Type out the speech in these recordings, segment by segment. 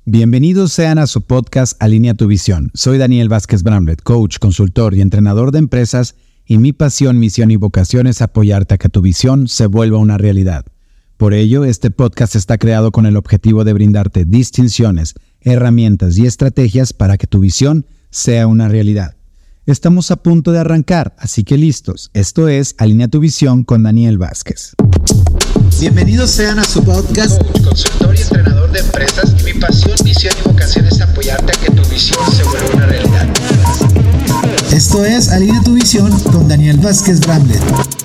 Bienvenidos sean a su podcast Alinea tu Visión. Soy Daniel Vázquez Bramlett, coach, consultor y entrenador de empresas, y mi pasión, misión y vocación es apoyarte a que tu visión se vuelva una realidad. Por ello, este podcast está creado con el objetivo de brindarte distinciones, herramientas y estrategias para que tu visión sea una realidad. Estamos a punto de arrancar, así que listos. Esto es Alinea tu Visión con Daniel Vázquez. Bienvenidos sean a su podcast Coach, consultor y entrenador de empresas, y mi pasión, misión y vocación es apoyarte a que tu visión se vuelva una realidad. Esto es Alinea tu Visión con Daniel Vázquez Bramlett.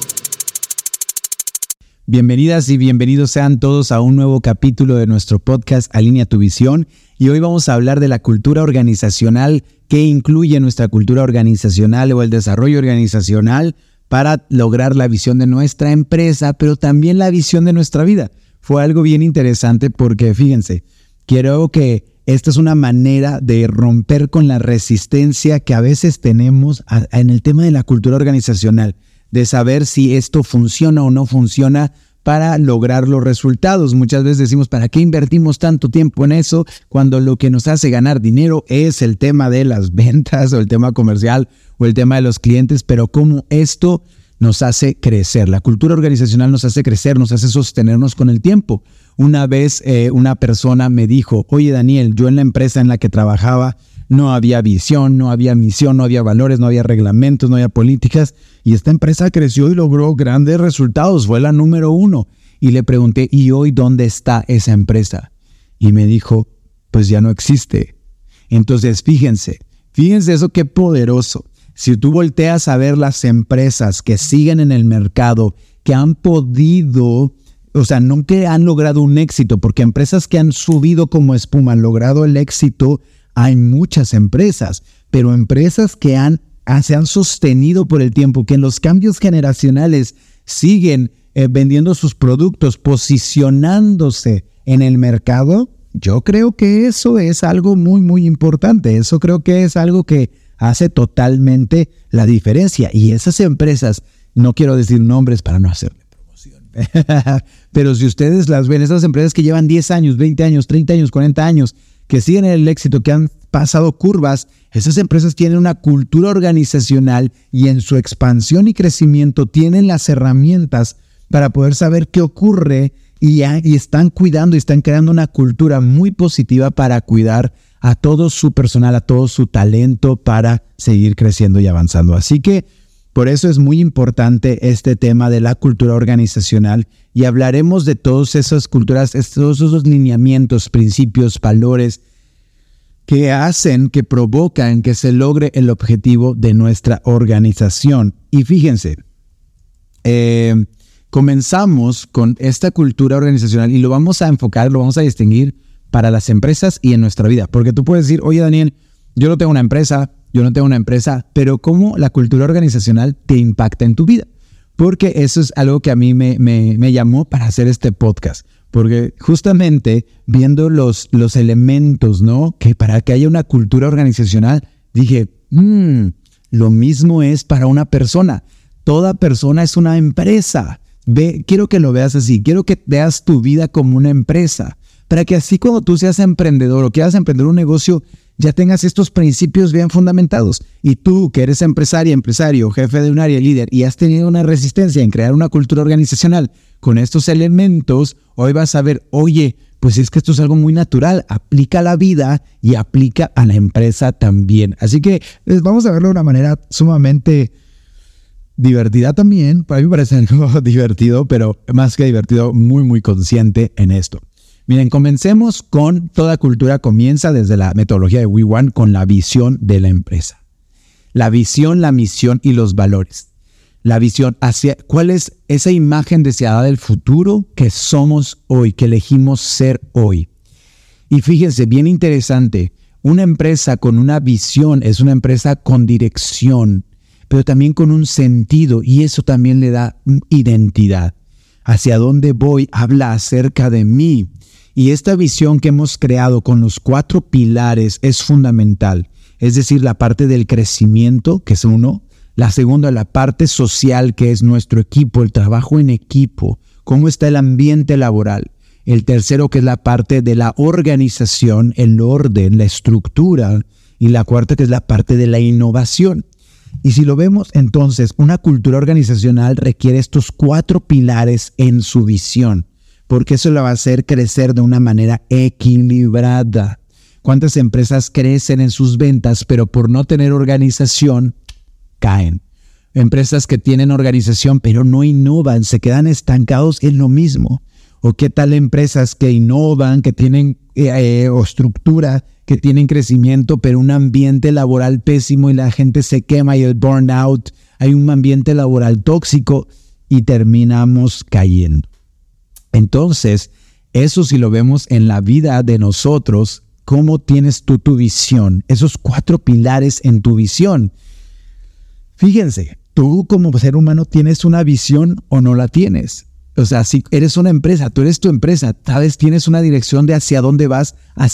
Bienvenidas y bienvenidos sean todos a un nuevo capítulo de nuestro podcast Alinea tu Visión, y hoy vamos a hablar de la cultura organizacional, que incluye nuestra cultura organizacional o el desarrollo organizacional para lograr la visión de nuestra empresa, pero también la visión de nuestra vida. Fue algo bien interesante porque, fíjense, creo que esta es una manera de romper con la resistencia que a veces tenemos en el tema de la cultura organizacional, de saber si esto funciona o no funciona para lograr los resultados. Muchas veces decimos, ¿para qué invertimos tanto tiempo en eso cuando lo que nos hace ganar dinero es el tema de las ventas o el tema comercial o el tema de los clientes? Pero cómo esto nos hace crecer. La cultura organizacional nos hace crecer, nos hace sostenernos con el tiempo. Una vez una persona me dijo, oye Daniel, yo en la empresa en la que trabajaba no había visión, no había misión, no había valores, no había reglamentos, no había políticas, y esta empresa creció y logró grandes resultados, fue la número 1. Y le pregunté, ¿y hoy dónde está esa empresa? Y me dijo, pues ya no existe. Entonces fíjense eso, qué poderoso. Si tú volteas a ver las empresas que siguen en el mercado, que han podido, o sea, no que han logrado un éxito, porque empresas que han subido como espuma, han logrado el éxito, hay muchas empresas, pero empresas que se han sostenido por el tiempo, que en los cambios generacionales siguen vendiendo sus productos, posicionándose en el mercado, yo creo que eso es algo muy, muy importante. Eso creo que es algo que hace totalmente la diferencia. Y esas empresas, no quiero decir nombres para no hacerle promoción, pero si ustedes las ven, esas empresas que llevan 10 años, 20 años, 30 años, 40 años, que siguen el éxito, que han pasado curvas, esas empresas tienen una cultura organizacional y en su expansión y crecimiento tienen las herramientas para poder saber qué ocurre y están cuidando y están creando una cultura muy positiva para cuidar a todo su personal, a todo su talento para seguir creciendo y avanzando. Así que por eso es muy importante este tema de la cultura organizacional, y hablaremos de todas esas culturas, todos esos lineamientos, principios, valores que hacen, que provocan que se logre el objetivo de nuestra organización. Y fíjense, comenzamos con esta cultura organizacional y lo vamos a enfocar, lo vamos a distinguir para las empresas y en nuestra vida. Porque tú puedes decir, oye Daniel, yo no tengo una empresa, pero ¿cómo la cultura organizacional te impacta en tu vida? Porque eso es algo que a mí me llamó para hacer este podcast. Porque justamente viendo los elementos, ¿no? Que para que haya una cultura organizacional, dije, lo mismo es para una persona. Toda persona es una empresa. Quiero que lo veas así. Quiero que veas tu vida como una empresa. Para que así cuando tú seas emprendedor o quieras emprender un negocio, ya tengas estos principios bien fundamentados. Y tú que eres empresario, jefe de un área, líder, y has tenido una resistencia en crear una cultura organizacional con estos elementos, hoy vas a ver, oye, pues es que esto es algo muy natural, aplica a la vida y aplica a la empresa también. Así que vamos a verlo de una manera sumamente divertida también. Para mí me parece algo divertido, pero más que divertido, muy, muy consciente en esto. Miren, comencemos con toda cultura, comienza desde la metodología de WeOne con la visión de la empresa. La visión, la misión y los valores. La visión hacia cuál es esa imagen deseada del futuro que somos hoy, que elegimos ser hoy. Y fíjense, bien interesante, una empresa con una visión es una empresa con dirección, pero también con un sentido, y eso también le da identidad. Hacia dónde voy habla acerca de mí. Y esta visión que hemos creado con los 4 pilares es fundamental. Es decir, la parte del crecimiento, que es uno. La segunda, la parte social, que es nuestro equipo, el trabajo en equipo. Cómo está el ambiente laboral. El tercero, que es la parte de la organización, el orden, la estructura. Y la cuarta, que es la parte de la innovación. Y si lo vemos, entonces, una cultura organizacional requiere estos 4 pilares en su visión, porque eso la va a hacer crecer de una manera equilibrada. ¿Cuántas empresas crecen en sus ventas, pero por no tener organización, caen? Empresas que tienen organización, pero no innovan, se quedan estancados en lo mismo. ¿O qué tal empresas que innovan, que tienen estructura, que tienen crecimiento, pero un ambiente laboral pésimo y la gente se quema y el burnout, hay un ambiente laboral tóxico y terminamos cayendo? Entonces, eso si lo vemos en la vida de nosotros, ¿cómo tienes tú tu visión? Esos 4 pilares en tu visión. Fíjense, tú como ser humano tienes una visión o no la tienes. O sea, si eres una empresa, tú eres tu empresa, sabes, tienes una dirección de hacia dónde vas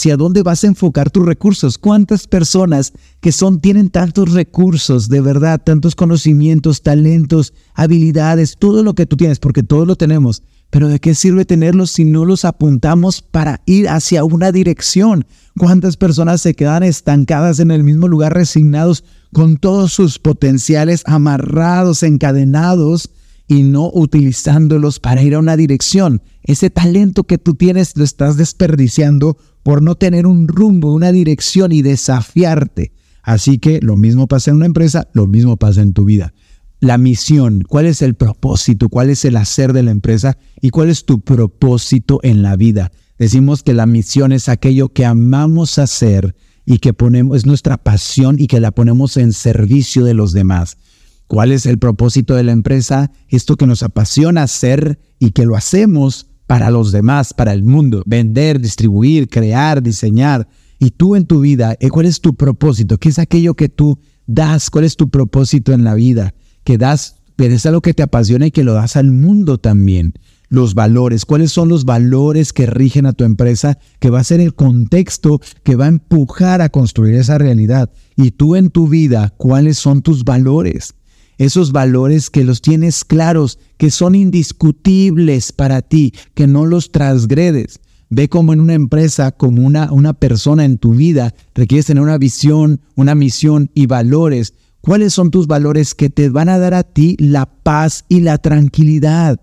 a enfocar tus recursos. ¿Cuántas personas tienen tantos recursos, de verdad, tantos conocimientos, talentos, habilidades, todo lo que tú tienes, porque todos lo tenemos? Pero ¿de qué sirve tenerlos si no los apuntamos para ir hacia una dirección? ¿Cuántas personas se quedan estancadas en el mismo lugar, resignados, con todos sus potenciales amarrados, encadenados, y no utilizándolos para ir a una dirección? Ese talento que tú tienes lo estás desperdiciando por no tener un rumbo, una dirección y desafiarte. Así que lo mismo pasa en una empresa, lo mismo pasa en tu vida. La misión, ¿cuál es el propósito? ¿Cuál es el hacer de la empresa? ¿Y cuál es tu propósito en la vida? Decimos que la misión es aquello que amamos hacer y que es nuestra pasión y que la ponemos en servicio de los demás. ¿Cuál es el propósito de la empresa? Esto que nos apasiona hacer y que lo hacemos para los demás, para el mundo. Vender, distribuir, crear, diseñar. Y tú en tu vida, ¿cuál es tu propósito? ¿Qué es aquello que tú das? ¿Cuál es tu propósito en la vida? Que das, pero es algo que te apasiona y que lo das al mundo también. Los valores, ¿cuáles son los valores que rigen a tu empresa? Que va a ser el contexto que va a empujar a construir esa realidad. Y tú en tu vida, ¿cuáles son tus valores? Esos valores que los tienes claros, que son indiscutibles para ti, que no los transgredes. Ve como en una empresa, como una persona en tu vida, requieres tener una visión, una misión y valores. ¿Cuáles son tus valores que te van a dar a ti la paz y la tranquilidad?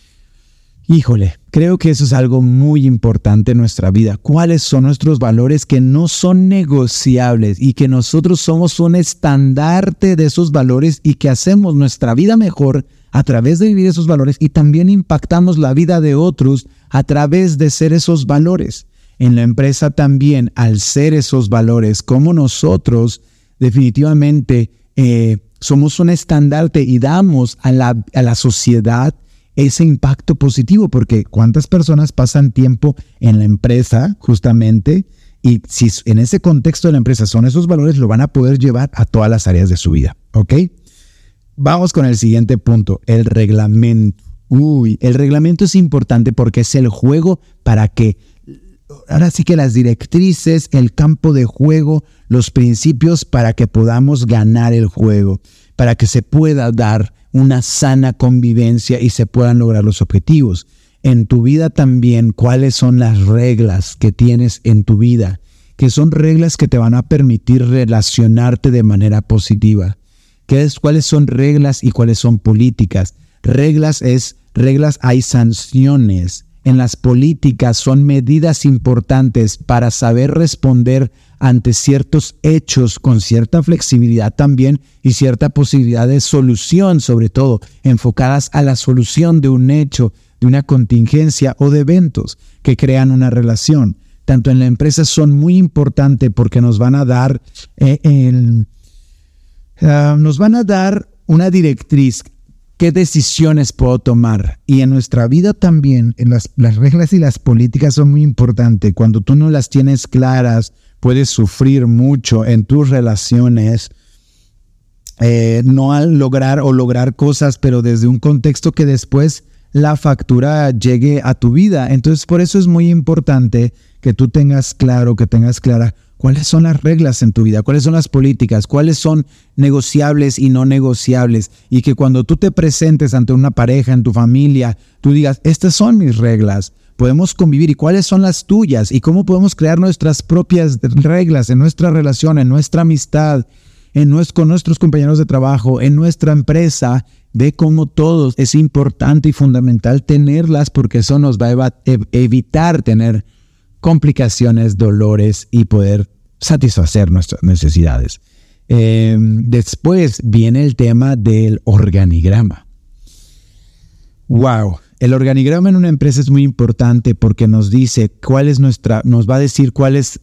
Híjole, creo que eso es algo muy importante en nuestra vida. ¿Cuáles son nuestros valores que no son negociables y que nosotros somos un estandarte de esos valores y que hacemos nuestra vida mejor a través de vivir esos valores y también impactamos la vida de otros a través de ser esos valores? En la empresa también, al ser esos valores, como nosotros definitivamente somos un estandarte y damos a la sociedad ese impacto positivo, porque ¿cuántas personas pasan tiempo en la empresa justamente? Y si en ese contexto de la empresa son esos valores, lo van a poder llevar a todas las áreas de su vida, ¿ok? Vamos con el siguiente punto, el reglamento. El reglamento es importante porque es el juego para que, ahora sí que las directrices, el campo de juego, los principios para que podamos ganar el juego, para que se pueda dar una sana convivencia y se puedan lograr los objetivos. En tu vida también, ¿cuáles son las reglas que tienes en tu vida? Que son reglas que te van a permitir relacionarte de manera positiva. ¿Cuáles son reglas y cuáles son políticas? Reglas hay sanciones. En las políticas son medidas importantes para saber responder ante ciertos hechos con cierta flexibilidad también y cierta posibilidad de solución, sobre todo enfocadas a la solución de un hecho, de una contingencia o de eventos que crean una relación. Tanto en la empresa son muy importantes porque nos van a dar una directriz. ¿Qué decisiones puedo tomar? Y en nuestra vida también, las reglas y las políticas son muy importantes. Cuando tú no las tienes claras, puedes sufrir mucho en tus relaciones, no al lograr cosas, pero desde un contexto que después la factura llegue a tu vida. Entonces, por eso es muy importante que tú tengas claro, que tengas clara cuáles son las reglas en tu vida, cuáles son las políticas, cuáles son negociables y no negociables. Y que cuando tú te presentes ante una pareja, en tu familia, tú digas, estas son mis reglas. podemos convivir y cuáles son las tuyas y cómo podemos crear nuestras propias reglas en nuestra relación, en nuestra amistad, con nuestros compañeros de trabajo, en nuestra empresa. Ve cómo todos es importante y fundamental tenerlas porque eso nos va a evitar tener complicaciones, dolores y poder satisfacer nuestras necesidades. Después viene el tema del organigrama. Wow, el organigrama en una empresa es muy importante porque nos dice nos va a decir cuál es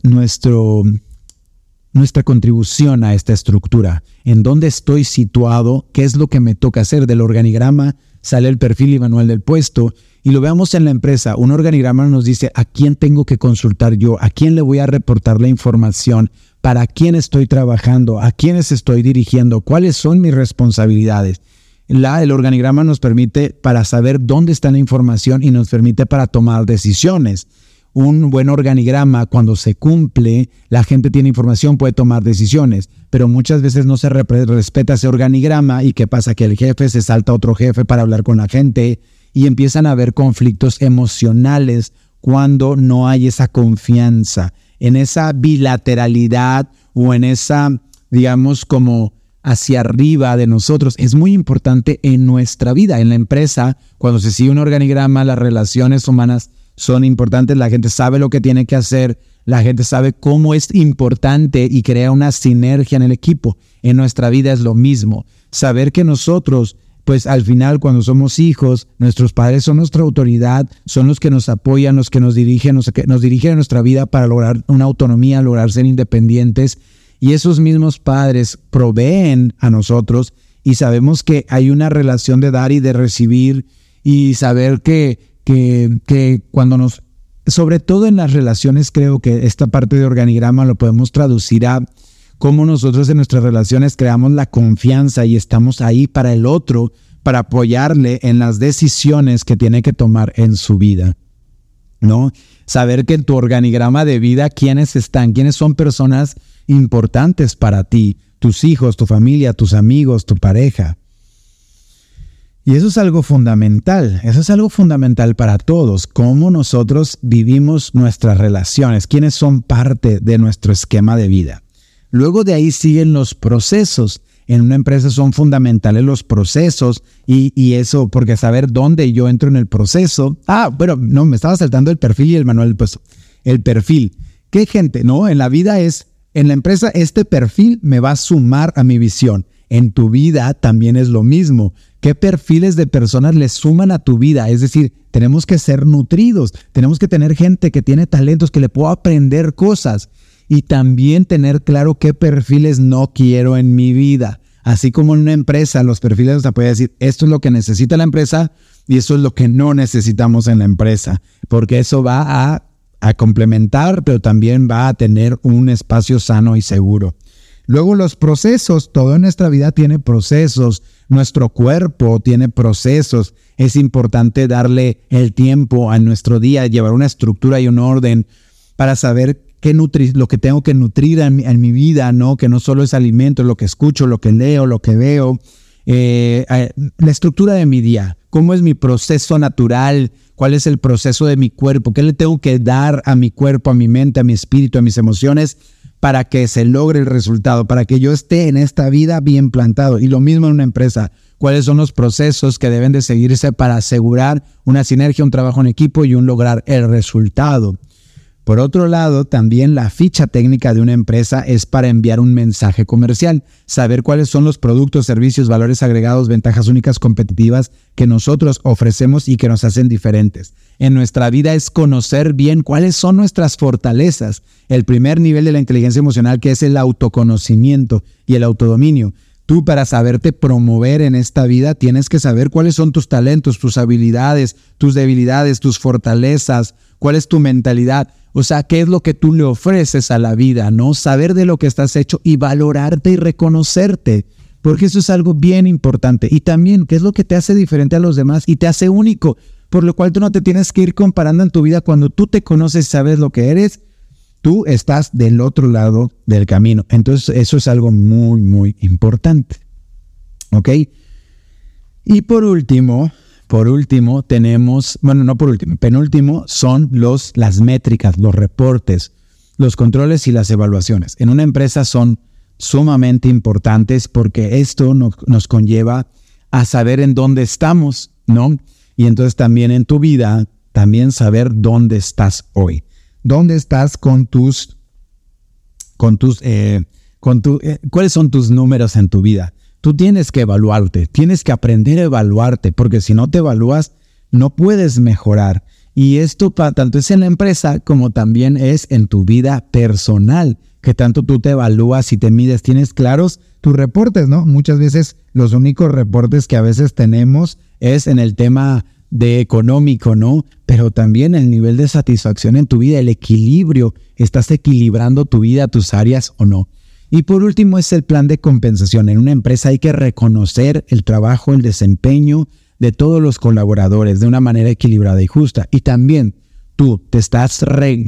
nuestra contribución a esta estructura, en dónde estoy situado, qué es lo que me toca hacer. Del organigrama sale el perfil y manual del puesto y lo veamos en la empresa. Un organigrama nos dice a quién tengo que consultar yo, a quién le voy a reportar la información, para quién estoy trabajando, a quiénes estoy dirigiendo, cuáles son mis responsabilidades. El organigrama nos permite para saber dónde está la información y nos permite para tomar decisiones. Un buen organigrama, cuando se cumple, la gente tiene información, puede tomar decisiones, pero muchas veces no se respeta ese organigrama y ¿qué pasa? Que el jefe se salta a otro jefe para hablar con la gente y empiezan a haber conflictos emocionales cuando no hay esa confianza, en esa bilateralidad o en esa, digamos, como hacia arriba de nosotros. Es muy importante en nuestra vida, en la empresa, cuando se sigue un organigrama, las relaciones humanas son importantes, la gente sabe lo que tiene que hacer, la gente sabe cómo es importante y crea una sinergia en el equipo. En nuestra vida es lo mismo. Saber que nosotros, pues al final cuando somos hijos, nuestros padres son nuestra autoridad, son los que nos apoyan, los que nos dirigen en nuestra vida para lograr una autonomía, lograr ser independientes. Y esos mismos padres proveen a nosotros y sabemos que hay una relación de dar y de recibir y saber que cuando sobre todo en las relaciones, creo que esta parte de organigrama lo podemos traducir a cómo nosotros en nuestras relaciones creamos la confianza y estamos ahí para el otro, para apoyarle en las decisiones que tiene que tomar en su vida, ¿no? Saber que en tu organigrama de vida, quiénes son personas importantes para ti, tus hijos, tu familia, tus amigos, tu pareja. Y eso es algo fundamental para todos, cómo nosotros vivimos nuestras relaciones, quiénes son parte de nuestro esquema de vida. Luego de ahí siguen los procesos. En una empresa son fundamentales los procesos y eso, porque saber dónde yo entro en el proceso. Me estaba saltando el perfil y el manual del puesto. El perfil. ¿Qué gente? No, en la vida en la empresa este perfil me va a sumar a mi visión. En tu vida también es lo mismo. ¿Qué perfiles de personas le suman a tu vida? Es decir, tenemos que ser nutridos, tenemos que tener gente que tiene talentos, que le puedo aprender cosas y también tener claro qué perfiles no quiero en mi vida. Así como en una empresa, los perfiles se puede decir, esto es lo que necesita la empresa y esto es lo que no necesitamos en la empresa, porque eso va a complementar, pero también va a tener un espacio sano y seguro. Luego los procesos, todo en nuestra vida tiene procesos, nuestro cuerpo tiene procesos. Es importante darle el tiempo a nuestro día, llevar una estructura y un orden para saber lo que tengo que nutrir en mi vida, ¿no? Que no solo es alimento, lo que escucho, lo que leo, lo que veo. La estructura de mi día, cómo es mi proceso natural, cuál es el proceso de mi cuerpo, qué le tengo que dar a mi cuerpo, a mi mente, a mi espíritu, a mis emociones, para que se logre el resultado, para que yo esté en esta vida bien plantado. Y lo mismo en una empresa, cuáles son los procesos que deben de seguirse para asegurar una sinergia, un trabajo en equipo y lograr el resultado. Por otro lado, también la ficha técnica de una empresa es para enviar un mensaje comercial, saber cuáles son los productos, servicios, valores agregados, ventajas únicas competitivas que nosotros ofrecemos y que nos hacen diferentes. En nuestra vida es conocer bien cuáles son nuestras fortalezas. El primer nivel de la inteligencia emocional, que es el autoconocimiento y el autodominio. Tú, para saberte promover en esta vida, tienes que saber cuáles son tus talentos, tus habilidades, tus debilidades, tus fortalezas, cuál es tu mentalidad. O sea, qué es lo que tú le ofreces a la vida, ¿no? Saber de lo que estás hecho y valorarte y reconocerte, porque eso es algo bien importante. Y también, qué es lo que te hace diferente a los demás y te hace único, por lo cual tú no te tienes que ir comparando en tu vida. Cuando tú te conoces y sabes lo que eres, tú estás del otro lado del camino. Entonces, eso es algo muy, muy importante. ¿Ok? Y por último, por último tenemos, penúltimo son las métricas, los reportes, los controles y las evaluaciones. En una empresa son sumamente importantes porque esto nos conlleva a saber en dónde estamos, ¿no? Y entonces también en tu vida, también saber dónde estás hoy. ¿Dónde estás cuáles son tus números en tu vida? Tú tienes que evaluarte, tienes que aprender a evaluarte, porque si no te evalúas, no puedes mejorar. Y esto tanto es en la empresa como también es en tu vida personal, que tanto tú te evalúas y te mides, tienes claros tus reportes, ¿no? Muchas veces los únicos reportes que a veces tenemos es en el tema de económico, ¿no? Pero también el nivel de satisfacción en tu vida, el equilibrio, ¿estás equilibrando tu vida, tus áreas o no? Y por último es el plan de compensación. En una empresa hay que reconocer el trabajo, el desempeño de todos los colaboradores de una manera equilibrada y justa. Y también tú te estás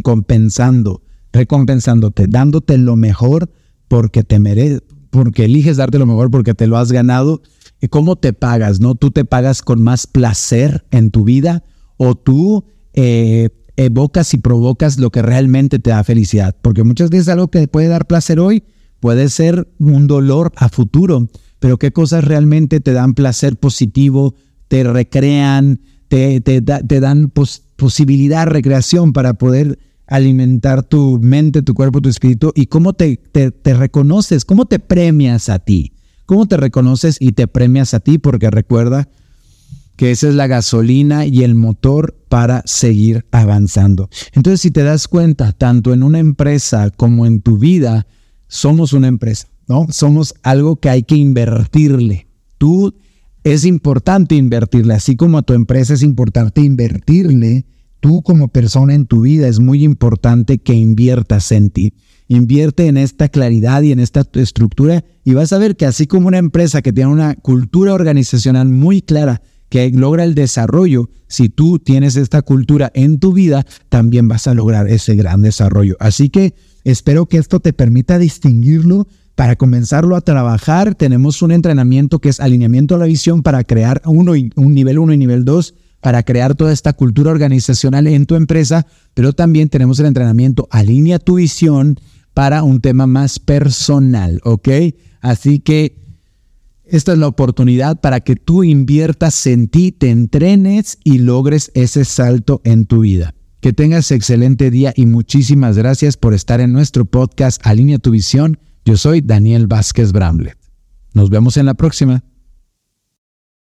recompensándote, dándote lo mejor porque porque eliges darte lo mejor porque te lo has ganado. ¿Cómo te pagas, no? ¿Tú te pagas con más placer en tu vida o tú evocas y provocas lo que realmente te da felicidad? Porque muchas veces algo que te puede dar placer hoy puede ser un dolor a futuro, pero ¿qué cosas realmente te dan placer positivo, te recrean, te dan posibilidad, recreación para poder alimentar tu mente, tu cuerpo, tu espíritu? ¿Y cómo te reconoces? ¿Cómo te premias a ti? ¿Cómo te reconoces y te premias a ti? Porque recuerda que esa es la gasolina y el motor para seguir avanzando. Entonces, si te das cuenta, tanto en una empresa como en tu vida, somos una empresa, ¿no? Somos algo que hay que invertirle. Es importante invertirle, así como a tu empresa es importante invertirle. Tú como persona en tu vida es muy importante que inviertas en ti. Invierte en esta claridad y en esta estructura y vas a ver que así como una empresa que tiene una cultura organizacional muy clara, que logra el desarrollo, si tú tienes esta cultura en tu vida, también vas a lograr ese gran desarrollo. Así que espero que esto te permita distinguirlo para comenzarlo a trabajar. Tenemos un entrenamiento que es alineamiento a la visión para crear un nivel 1 y nivel 2, para crear toda esta cultura organizacional en tu empresa, pero también tenemos el entrenamiento Alinea tu visión para un tema más personal, ¿ok? Así que esta es la oportunidad para que tú inviertas en ti, te entrenes y logres ese salto en tu vida. Que tengas excelente día y muchísimas gracias por estar en nuestro podcast Alinea tu visión. Yo soy Daniel Vázquez Bramlett. Nos vemos en la próxima.